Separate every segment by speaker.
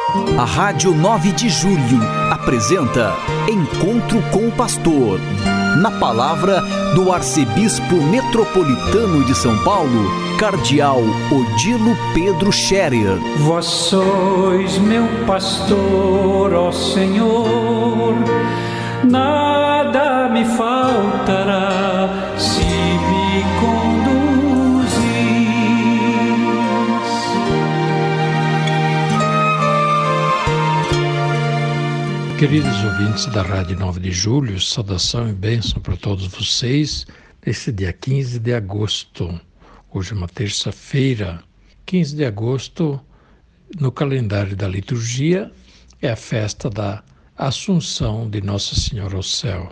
Speaker 1: A Rádio 9 de Julho apresenta Encontro com o Pastor. Na palavra do Arcebispo Metropolitano de São Paulo, Cardeal Odilo Pedro Scherer.
Speaker 2: Vós sois meu pastor, ó Senhor, nada me faltará se me conduzis.
Speaker 3: Queridos ouvintes da Rádio 9 de Julho, saudação e bênção para todos vocês nesse dia 15 de agosto. Hoje é uma terça-feira, 15 de agosto, no calendário da liturgia, é a festa da Assunção de Nossa Senhora ao Céu.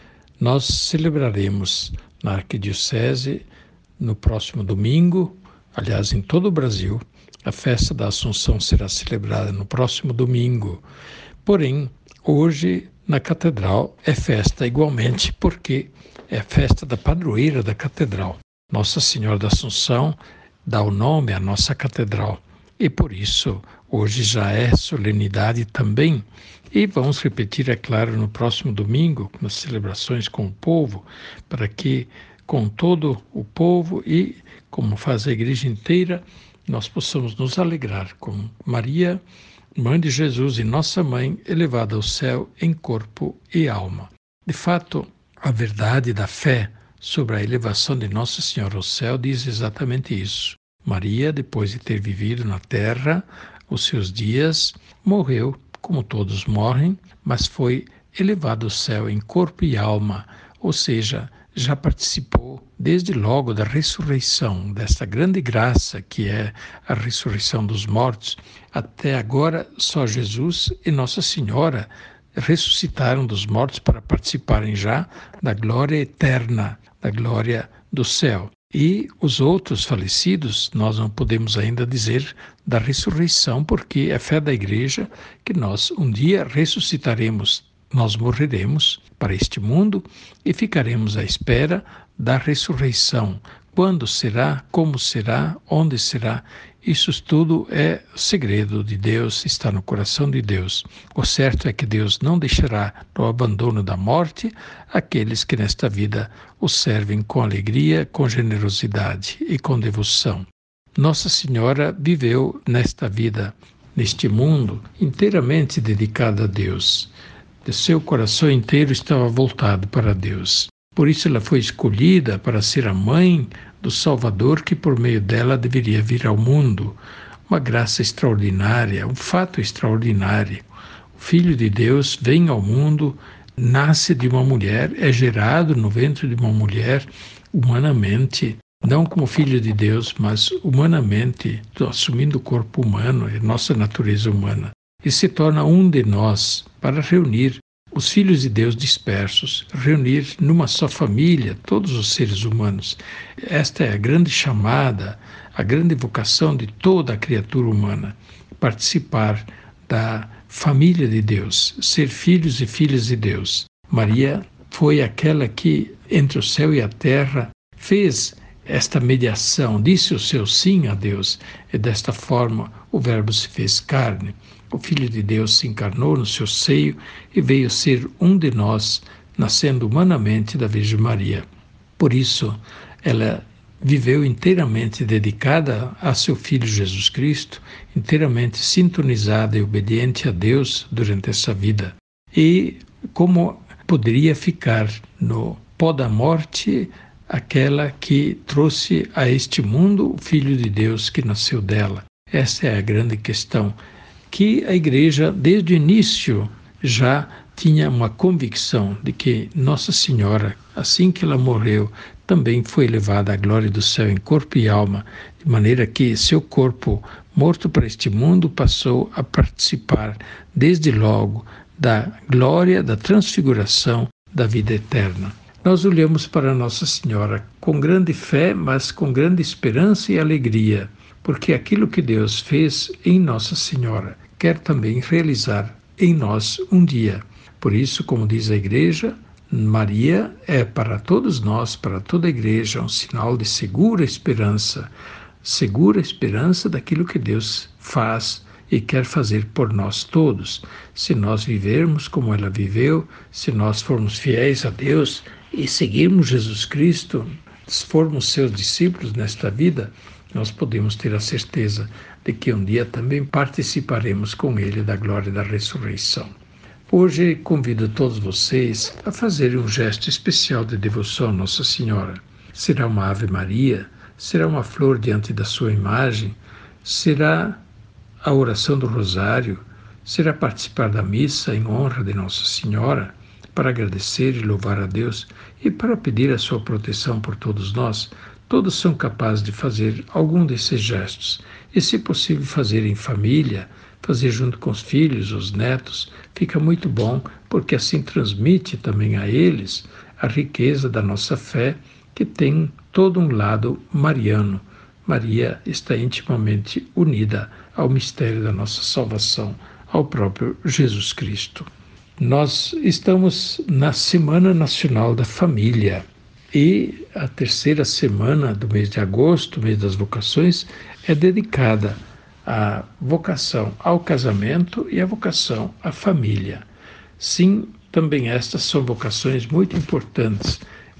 Speaker 3: Nós celebraremos na Arquidiocese, no próximo domingo, aliás, em todo o Brasil, a festa da Assunção será celebrada no próximo domingo. Porém, hoje, na Catedral, é festa igualmente, porque é festa da padroeira da Catedral. Nossa Senhora da Assunção dá o nome à nossa Catedral. E por isso, hoje já é solenidade também. E vamos repetir, é claro, no próximo domingo, nas celebrações com o povo, para que, com todo o povo e, como faz a Igreja inteira, nós possamos nos alegrar com Maria, Mãe de Jesus e Nossa Mãe, elevada ao céu em corpo e alma. De fato, a verdade da fé sobre a elevação de Nossa Senhora ao céu diz exatamente isso. Maria, depois de ter vivido na terra os seus dias, morreu, como todos morrem, mas foi elevada ao céu em corpo e alma, ou seja, já participou desde logo da ressurreição, desta grande graça que é a ressurreição dos mortos. Até agora, só Jesus e Nossa Senhora ressuscitaram dos mortos para participarem já da glória eterna, da glória do céu. E os outros falecidos, nós não podemos ainda dizer da ressurreição, porque é fé da Igreja que nós um dia ressuscitaremos. Nós morreremos para este mundo e ficaremos à espera da ressurreição. Quando será, como será, onde será, isso tudo é segredo de Deus, está no coração de Deus. O certo é que Deus não deixará no abandono da morte aqueles que nesta vida o servem com alegria, com generosidade e com devoção. Nossa Senhora viveu nesta vida, neste mundo, inteiramente dedicada a Deus. De seu coração inteiro estava voltado para Deus. Por isso ela foi escolhida para ser a mãe do Salvador que por meio dela deveria vir ao mundo. Uma graça extraordinária, um fato extraordinário. O Filho de Deus vem ao mundo, nasce de uma mulher, é gerado no ventre de uma mulher humanamente, não como Filho de Deus, mas humanamente, assumindo o corpo humano, a nossa natureza humana. E se torna um de nós para reunir os filhos de Deus dispersos, reunir numa só família todos os seres humanos. Esta é a grande chamada, a grande vocação de toda a criatura humana, participar da família de Deus, ser filhos e filhas de Deus. Maria foi aquela que, entre o céu e a terra, fez esta mediação, disse o seu sim a Deus, e desta forma o Verbo se fez carne. O Filho de Deus se encarnou no seu seio e veio ser um de nós, nascendo humanamente da Virgem Maria. Por isso, ela viveu inteiramente dedicada a seu Filho Jesus Cristo, inteiramente sintonizada e obediente a Deus durante essa vida. E como poderia ficar no pó da morte aquela que trouxe a este mundo o Filho de Deus que nasceu dela? Essa é a grande questão, que a Igreja, desde o início, já tinha uma convicção de que Nossa Senhora, assim que ela morreu, também foi levada à glória do céu em corpo e alma, de maneira que seu corpo, morto para este mundo, passou a participar, desde logo, da glória, da transfiguração da vida eterna. Nós olhamos para Nossa Senhora com grande fé, mas com grande esperança e alegria, porque aquilo que Deus fez em Nossa Senhora quer também realizar em nós um dia. Por isso, como diz a Igreja, Maria é para todos nós, para toda a Igreja, um sinal de segura esperança daquilo que Deus faz e quer fazer por nós todos. Se nós vivermos como ela viveu, se nós formos fiéis a Deus e seguirmos Jesus Cristo, se formos seus discípulos nesta vida, nós podemos ter a certeza de que um dia também participaremos com Ele da glória da ressurreição. Hoje convido todos vocês a fazerem um gesto especial de devoção a Nossa Senhora. Será uma Ave Maria, será uma flor diante da sua imagem, será a oração do Rosário, será participar da missa em honra de Nossa Senhora, para agradecer e louvar a Deus e para pedir a sua proteção por todos nós. Todos são capazes de fazer algum desses gestos e, se possível, fazer em família, fazer junto com os filhos, os netos. Fica muito bom, porque assim transmite também a eles a riqueza da nossa fé, que tem todo um lado mariano. Maria está intimamente unida ao mistério da nossa salvação, ao próprio Jesus Cristo. Nós estamos na Semana Nacional da Família e a terceira semana do mês de agosto, mês das vocações, é dedicada à vocação ao casamento e à vocação à família. Sim, também estas são vocações muito importantes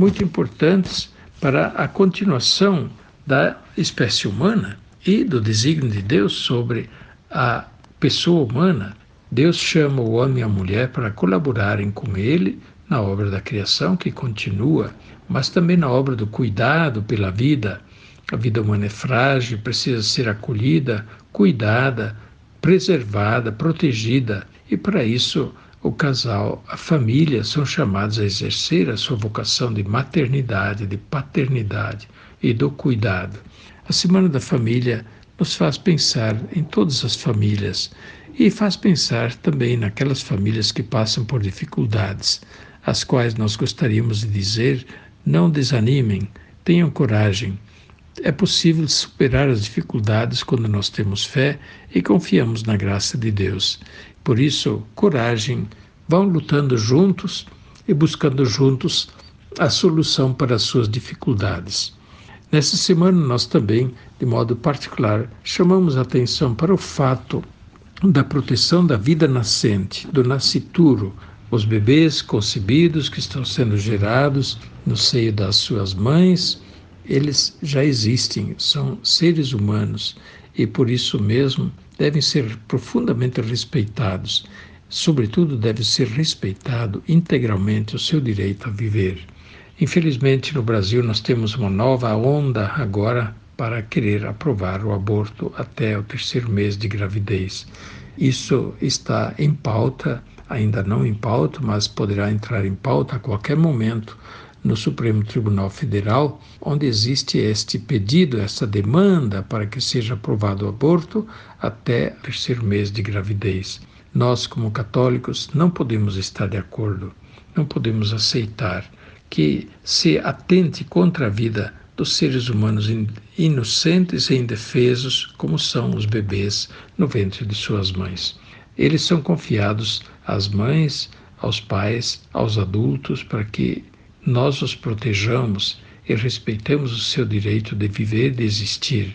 Speaker 3: para a continuação da espécie humana e do desígnio de Deus sobre a pessoa humana. Deus chama o homem e a mulher para colaborarem com Ele na obra da criação, que continua, mas também na obra do cuidado pela vida. A vida humana é frágil, precisa ser acolhida, cuidada, preservada, protegida, e para isso o casal, a família, são chamados a exercer a sua vocação de maternidade, de paternidade e do cuidado. A Semana da Família nos faz pensar em todas as famílias e faz pensar também naquelas famílias que passam por dificuldades, às quais nós gostaríamos de dizer: não desanimem, tenham coragem. É possível superar as dificuldades quando nós temos fé e confiamos na graça de Deus. Por isso, coragem, vão lutando juntos e buscando juntos a solução para as suas dificuldades. Nessa semana nós também, de modo particular, chamamos a atenção para o fato da proteção da vida nascente, do nascituro, os bebês concebidos que estão sendo gerados no seio das suas mães. Eles já existem, são seres humanos e por isso mesmo devem ser profundamente respeitados. Sobretudo deve ser respeitado integralmente o seu direito a viver. Infelizmente no Brasil nós temos uma nova onda agora para querer aprovar o aborto até o 3º mês de gravidez. Isso está em pauta, ainda não em pauta, mas poderá entrar em pauta a qualquer momento no Supremo Tribunal Federal, onde existe este pedido, essa demanda para que seja aprovado o aborto até o 3º mês de gravidez. Nós, como católicos, não podemos estar de acordo, não podemos aceitar que se atente contra a vida dos seres humanos inocentes e indefesos, como são os bebês no ventre de suas mães. Eles são confiados às mães, aos pais, aos adultos, para que nós os protejamos e respeitemos o seu direito de viver, de existir.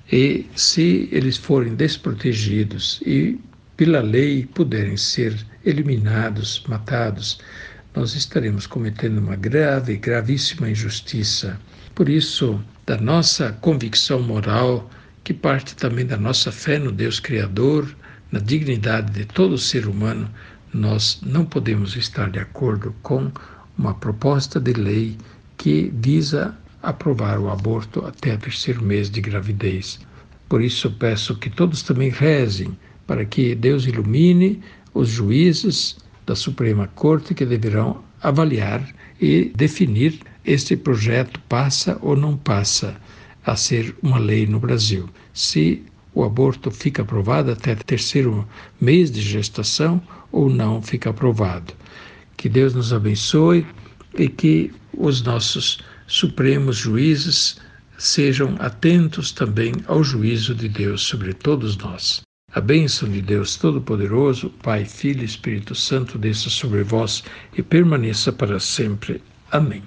Speaker 3: E se eles forem desprotegidos e pela lei puderem ser eliminados, matados, nós estaremos cometendo uma gravíssima injustiça. Por isso, da nossa convicção moral, que parte também da nossa fé no Deus Criador, na dignidade de todo ser humano, nós não podemos estar de acordo com uma proposta de lei que visa aprovar o aborto até o 3º mês de gravidez. Por isso peço que todos também rezem para que Deus ilumine os juízes da Suprema Corte que deverão avaliar e definir este projeto passa ou não passa a ser uma lei no Brasil. Se o aborto fica aprovado até o 3º mês de gestação ou não fica aprovado. Que Deus nos abençoe e que os nossos supremos juízes sejam atentos também ao juízo de Deus sobre todos nós. A bênção de Deus Todo-Poderoso, Pai, Filho e Espírito Santo, desça sobre vós e permaneça para sempre. Amém.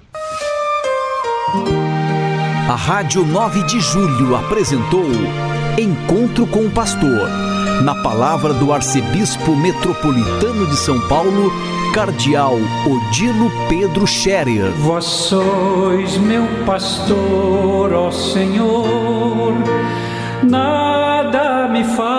Speaker 1: A Rádio 9 de Julho apresentou Encontro com o Pastor, na palavra do arcebispo metropolitano de São Paulo, cardeal Odilo Pedro Scherer.
Speaker 2: Vós sois meu pastor, ó Senhor, nada me falta.